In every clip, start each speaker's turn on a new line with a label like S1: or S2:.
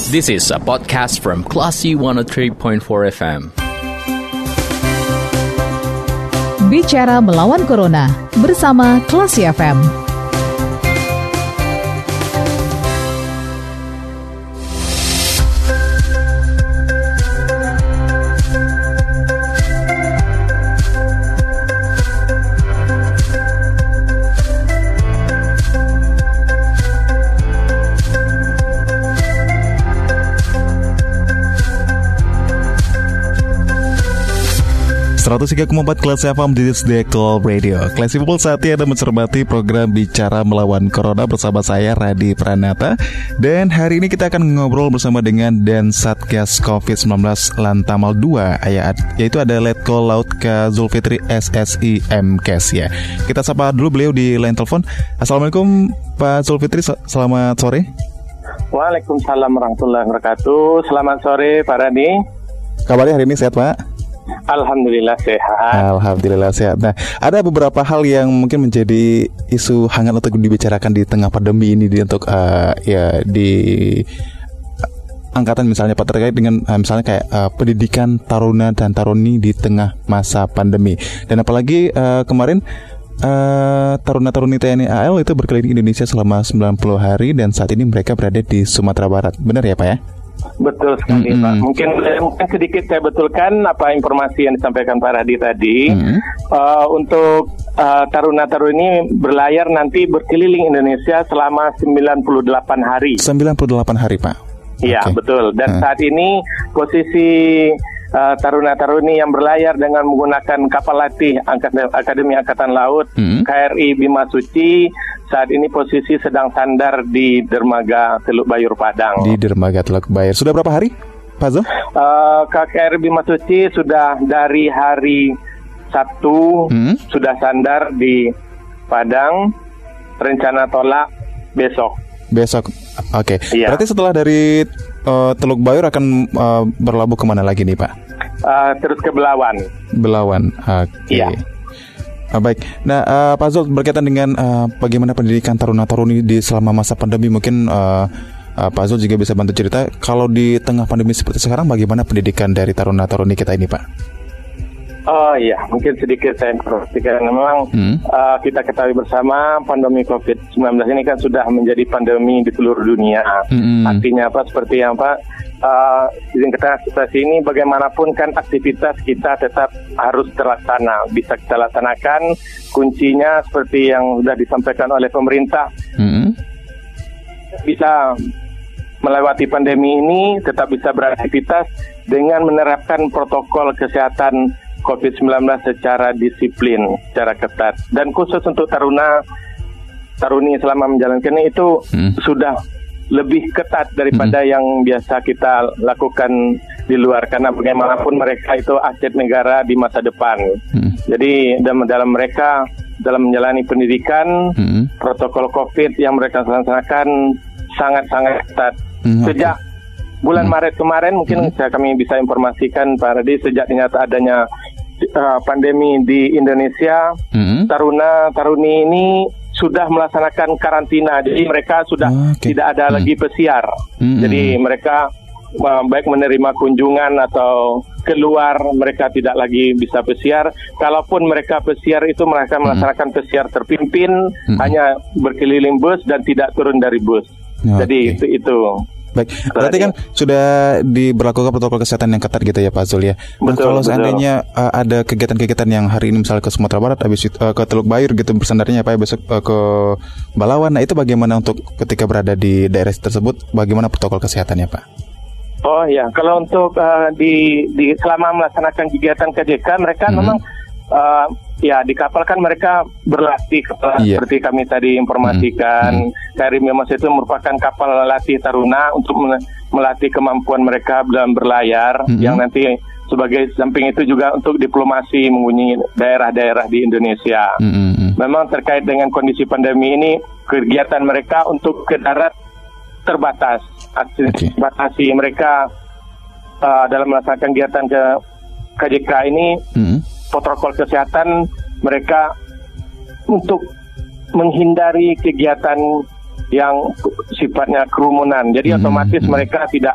S1: This is a podcast from Classy 103.4 FM.
S2: Bicara melawan Corona bersama Classy FM.
S3: .4 Classy FM di Digital Radio. Classy People, saatnya Anda mencermati program Bicara Melawan Corona bersama saya Radi Pranata. Dan hari ini kita akan ngobrol bersama dengan Dan Satgas COVID-19 Lantamal 2, yaitu ada Letkol Laut K. Zulfitri SSI MKes ya. Kita sapa dulu beliau di line telepon. Assalamualaikum Pak Zulfitri, selamat sore.
S4: Waalaikumsalam warahmatullahi wabarakatuh. Selamat sore Pak Radi.
S3: Kabarnya hari ini sehat Pak?
S4: Alhamdulillah sehat.
S3: Alhamdulillah sehat. Nah, ada beberapa hal yang mungkin menjadi isu hangat untuk dibicarakan di tengah pandemi ini untuk di angkatan misalnya Pak, terkait dengan misalnya kayak pendidikan taruna dan taruni di tengah masa pandemi. Dan apalagi kemarin taruna-taruni TNI AL itu berkeliling Indonesia selama 90 hari dan saat ini mereka berada di Sumatera Barat. Benar ya Pak ya?
S4: Betul sekali Pak. Mungkin sedikit saya betulkan apa informasi yang disampaikan Pak Radi tadi. Untuk taruna-taruni berlayar nanti berkeliling Indonesia selama 98 hari. 98 hari Pak. Iya, okay. Betul. Dan saat ini posisi taruna-taruni yang berlayar dengan menggunakan kapal latih Akademi Angkatan Laut KRI Bima Suci saat ini posisi sedang sandar di Dermaga Teluk Bayur Padang. Di Dermaga Teluk Bayur. Sudah berapa hari, Pak Zul? KRI Bima Suci sudah dari hari Sabtu sudah sandar di Padang. Rencana tolak besok. Oke. Iya. Berarti setelah dari Teluk Bayur akan berlabuh kemana lagi nih Pak? Terus ke Belawan. Oke. Iya. Baik. Nah, Pak Zul, berkaitan dengan bagaimana pendidikan taruna-taruni di selama masa pandemi, mungkin Pak Zul juga bisa bantu cerita kalau di tengah pandemi seperti sekarang bagaimana pendidikan dari taruna-taruni kita ini Pak? Oh iya, mungkin sedikit saya informasikan. Memang kita ketahui bersama pandemi COVID-19 ini kan sudah menjadi pandemi di seluruh dunia. Artinya apa? Seperti yang Pak izin kita ini bagaimanapun kan aktivitas kita tetap harus terlaksana. Bisa kita laksanakan, kuncinya seperti yang sudah disampaikan oleh pemerintah. Bisa melewati pandemi ini, tetap bisa beraktivitas dengan menerapkan protokol kesehatan COVID-19 secara disiplin, secara ketat. Dan khusus untuk taruni selama menjalankannya itu sudah lebih ketat daripada yang biasa kita lakukan di luar. Karena bagaimanapun mereka itu aset negara di masa depan. Jadi dalam mereka, dalam menjalani pendidikan, protokol COVID yang mereka laksanakan sangat-sangat ketat. Sejak bulan Maret kemarin mungkin kami bisa informasikan Pak Radi, sejak ternyata adanya pandemi di Indonesia, taruna-taruni ini sudah melaksanakan karantina. Jadi mereka sudah tidak ada lagi pesiar. Jadi mereka baik menerima kunjungan atau keluar, mereka tidak lagi bisa pesiar. Kalaupun mereka pesiar itu mereka melaksanakan pesiar terpimpin, hanya berkeliling bus dan tidak turun dari bus. Jadi itu. Baik, berarti kan sudah diberlakukan protokol kesehatan yang ketat gitu ya Pak Zul ya. Dan kalau seandainya ada kegiatan-kegiatan yang hari ini misalnya ke Sumatera Barat, habis itu ke Teluk Bayur gitu bersandarnya Pak ya, besok ke Balawan. Nah itu bagaimana untuk ketika berada di daerah tersebut, bagaimana protokol kesehatannya Pak? Oh ya, kalau untuk di selama melaksanakan kegiatan KJK mereka memang di kapal kan mereka berlatih seperti kami tadi informasikan. KRI Bima Suci itu merupakan kapal latih taruna untuk melatih kemampuan mereka dalam berlayar, yang nanti sebagai samping itu juga untuk diplomasi mengunjungi daerah-daerah di Indonesia. Memang terkait dengan kondisi pandemi ini, kegiatan mereka untuk ke darat terbatas. Batasi mereka dalam melaksanakan kegiatan ke KJK ini, protokol kesehatan mereka untuk menghindari kegiatan yang sifatnya kerumunan. Jadi otomatis mereka tidak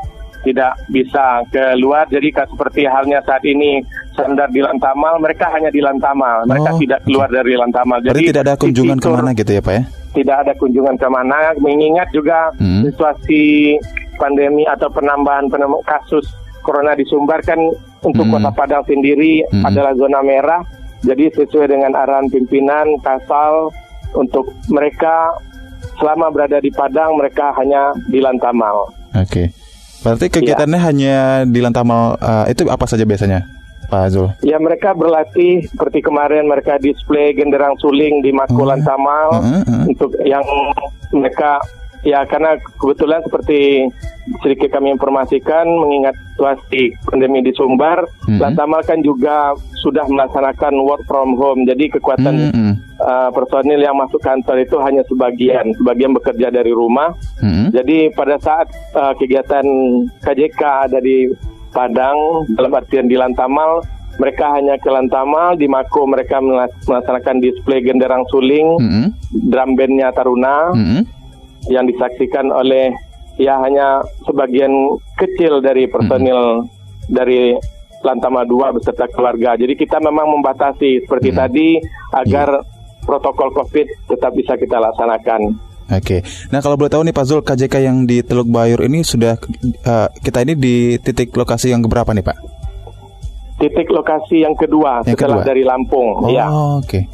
S4: bisa keluar. Jadi seperti halnya saat ini Sandar di Lantamal, mereka hanya di Lantamal. Mereka tidak keluar dari Lantamal.
S3: Jadi tidak ada kunjungan kemana gitu ya Pak ya? Tidak
S4: ada kunjungan kemana. Mengingat juga situasi pandemi atau penambahan kasus Corona di Sumbar kan untuk Kota Padang sendiri adalah zona merah. Jadi sesuai dengan arahan pimpinan Kasal untuk mereka selama berada di Padang mereka hanya di Lantamal.
S3: Oke. Berarti kegiatannya hanya di Lantamal, itu apa saja biasanya, Pak Zul? Ya, mereka berlatih seperti kemarin mereka display genderang suling di Mako Lantamal untuk yang mereka karena kebetulan seperti sedikit kami informasikan mengingat situasi pandemi di Sumbar, Lantamal kan juga sudah melaksanakan work from home. Jadi kekuatan personil yang masuk kantor itu hanya sebagian bekerja dari rumah. Jadi pada saat kegiatan KJK ada di Padang, dalam artian di Lantamal, mereka hanya ke Lantamal. Di Mako mereka melaksanakan display genderang suling, drum bandnya Taruna, yang disaksikan oleh hanya sebagian kecil dari personil dari Lantamal 2 beserta keluarga. Jadi kita memang membatasi seperti tadi agar protokol COVID tetap bisa kita laksanakan. Oke. Nah kalau boleh tahu nih Pak Zul, KJK yang di Teluk Bayur ini sudah kita ini di titik lokasi yang keberapa nih Pak?
S4: Titik lokasi yang kedua setelah dari Lampung.
S3: Oke.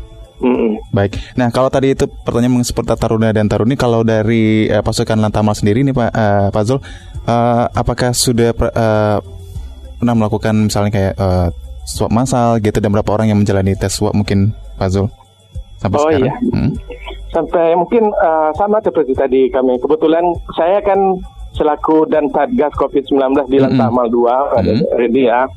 S3: Baik. Nah kalau tadi itu pertanyaan seputar Taruna dan Taruni, kalau dari pasukan Lantamal sendiri nih Pak Zul, apakah sudah pernah melakukan misalnya kayak swab massal gitu, dan berapa orang yang menjalani tes swab mungkin Pak Zul sampai sekarang?
S4: Iya. Sampai mungkin sama seperti tadi kami. Kebetulan saya kan selaku dan Satgas COVID-19 di Lantamal 2, Redi ya.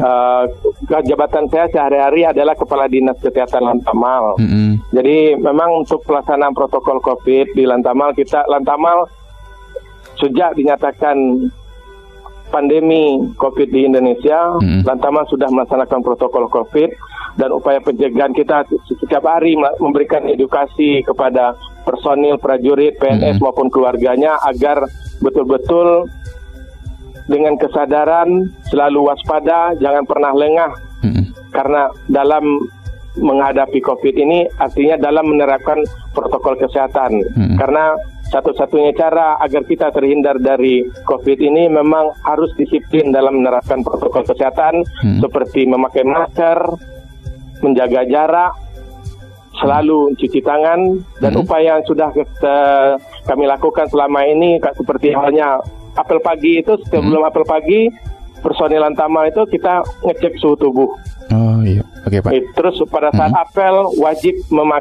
S4: Jabatan saya sehari-hari adalah Kepala Dinas Kesehatan Lantamal. Jadi memang untuk pelaksanaan protokol COVID di Lantamal, Lantamal sejak dinyatakan pandemi COVID di Indonesia, Lantamal sudah melaksanakan protokol COVID, dan upaya pencegahan kita setiap hari memberikan edukasi kepada personil, prajurit, PNS maupun keluarganya agar betul-betul dengan kesadaran selalu waspada, jangan pernah lengah. Karena dalam menghadapi COVID ini artinya dalam menerapkan protokol kesehatan. Karena satu-satunya cara agar kita terhindar dari COVID ini memang harus disiplin dalam menerapkan protokol kesehatan seperti memakai masker, menjaga jarak, selalu cuci tangan, dan upaya yang sudah kami lakukan selama ini seperti halnya apel pagi itu, sebelum apel pagi personil Lantamal itu kita ngecek suhu tubuh.
S3: Oh iya, oke Pak.
S4: Terus pada saat apel wajib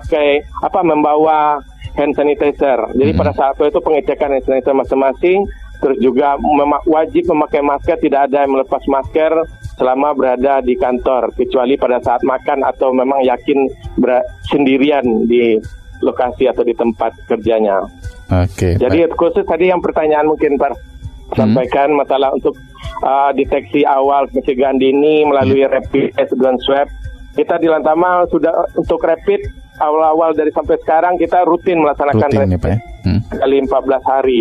S4: membawa hand sanitizer. Jadi pada saat itu pengecekan hand sanitizer masing-masing. Terus juga wajib memakai masker, tidak ada yang melepas masker selama berada di kantor, kecuali pada saat makan atau memang yakin sendirian di lokasi atau di tempat kerjanya.
S3: Oke.
S4: Jadi khusus tadi yang pertanyaan mungkin Pak sampaikan masalah untuk deteksi awal pencegahan dini melalui rapid test dan swab. Kita di Lantamal sudah untuk rapid awal-awal dari sampai sekarang kita rutin melaksanakan rapid kali 14 hari.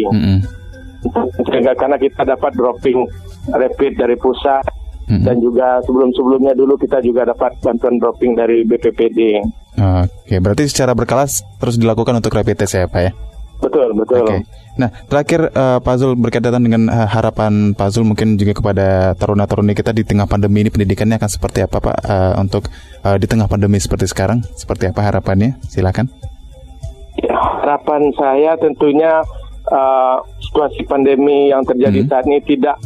S4: Karena kita dapat dropping rapid dari pusat dan juga sebelum-sebelumnya dulu kita juga dapat bantuan dropping dari BPPD.
S3: Oke, berarti secara berkala terus dilakukan untuk rapid test ya Pak ya?
S4: Betul.
S3: Oke. Nah, terakhir Pak Zul, berkaitan dengan harapan Pak Zul mungkin juga kepada taruna-taruni kita di tengah pandemi ini, pendidikannya akan seperti apa Pak, untuk di tengah pandemi seperti sekarang, seperti apa harapannya? Silakan.
S4: Ya, harapan saya tentunya situasi pandemi yang terjadi saat ini tidak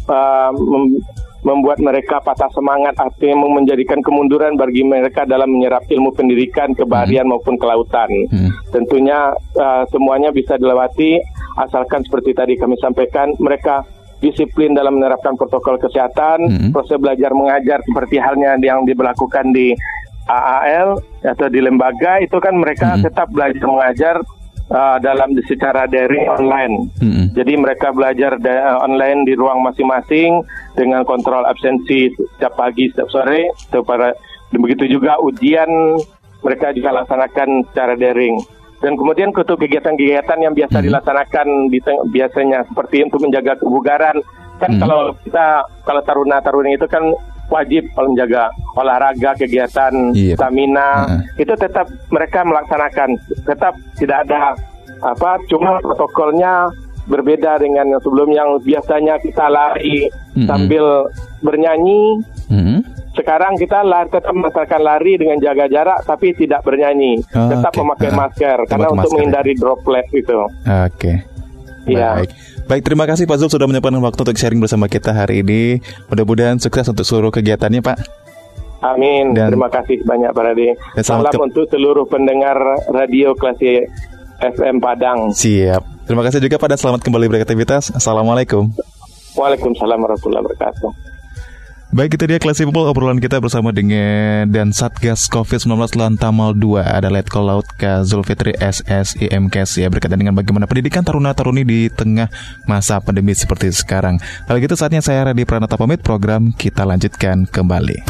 S4: membuat mereka patah semangat atau menjadikan kemunduran bagi mereka dalam menyerap ilmu pendidikan, kebaharian maupun kelautan. Tentunya semuanya bisa dilewati asalkan seperti tadi kami sampaikan, mereka disiplin dalam menerapkan protokol kesehatan, proses belajar mengajar seperti halnya yang diberlakukan di AAL atau di lembaga itu kan mereka tetap belajar mengajar dalam secara daring online. Jadi mereka belajar online di ruang masing-masing dengan kontrol absensi setiap pagi, setiap sore. Begitu juga ujian mereka juga laksanakan secara daring. Dan kemudian untuk kegiatan-kegiatan yang biasa dilaksanakan biasanya seperti untuk menjaga kebugaran. Kan kalau taruna-taruni itu kan wajib menjaga olahraga, kegiatan, stamina. Itu tetap mereka melaksanakan. Tetap tidak ada cuma protokolnya berbeda dengan yang sebelum, yang biasanya kita lari sambil bernyanyi. Sekarang kita tetap melaksanakan lari dengan jaga jarak tapi tidak bernyanyi. Tetap memakai masker karena untuk menghindari droplet itu.
S3: Oke.
S4: Iya.
S3: Baik, terima kasih Pak Zul sudah menyempatkan waktu untuk sharing bersama kita hari ini. Mudah-mudahan sukses untuk seluruh kegiatannya, Pak.
S4: Amin. Terima kasih banyak Pak Radi. Salam untuk seluruh pendengar radio Klasi FM Padang.
S3: Siap. Terima kasih juga Pak dan selamat kembali beraktivitas. Assalamualaikum.
S4: Waalaikumsalam warahmatullahi wabarakatuh.
S3: Baik, itu dia Classy People, obrolan kita bersama dengan dan Satgas COVID-19 Lantamal 2. Ada Letkol Laut K. Zulfitri SSIMKes ya, berkaitan dengan bagaimana pendidikan taruna-taruni di tengah masa pandemi seperti sekarang. Kalau gitu saatnya saya Radi Pranata pamit, program kita lanjutkan kembali.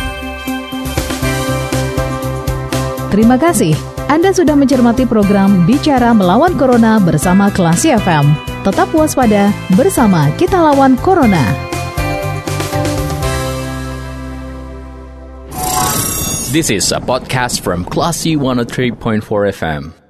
S2: Terima kasih. Anda sudah mencermati program Bicara Melawan Corona bersama Klasi FM. Tetap waspada, bersama kita lawan Corona.
S1: This is a podcast from Classy 103.4 FM.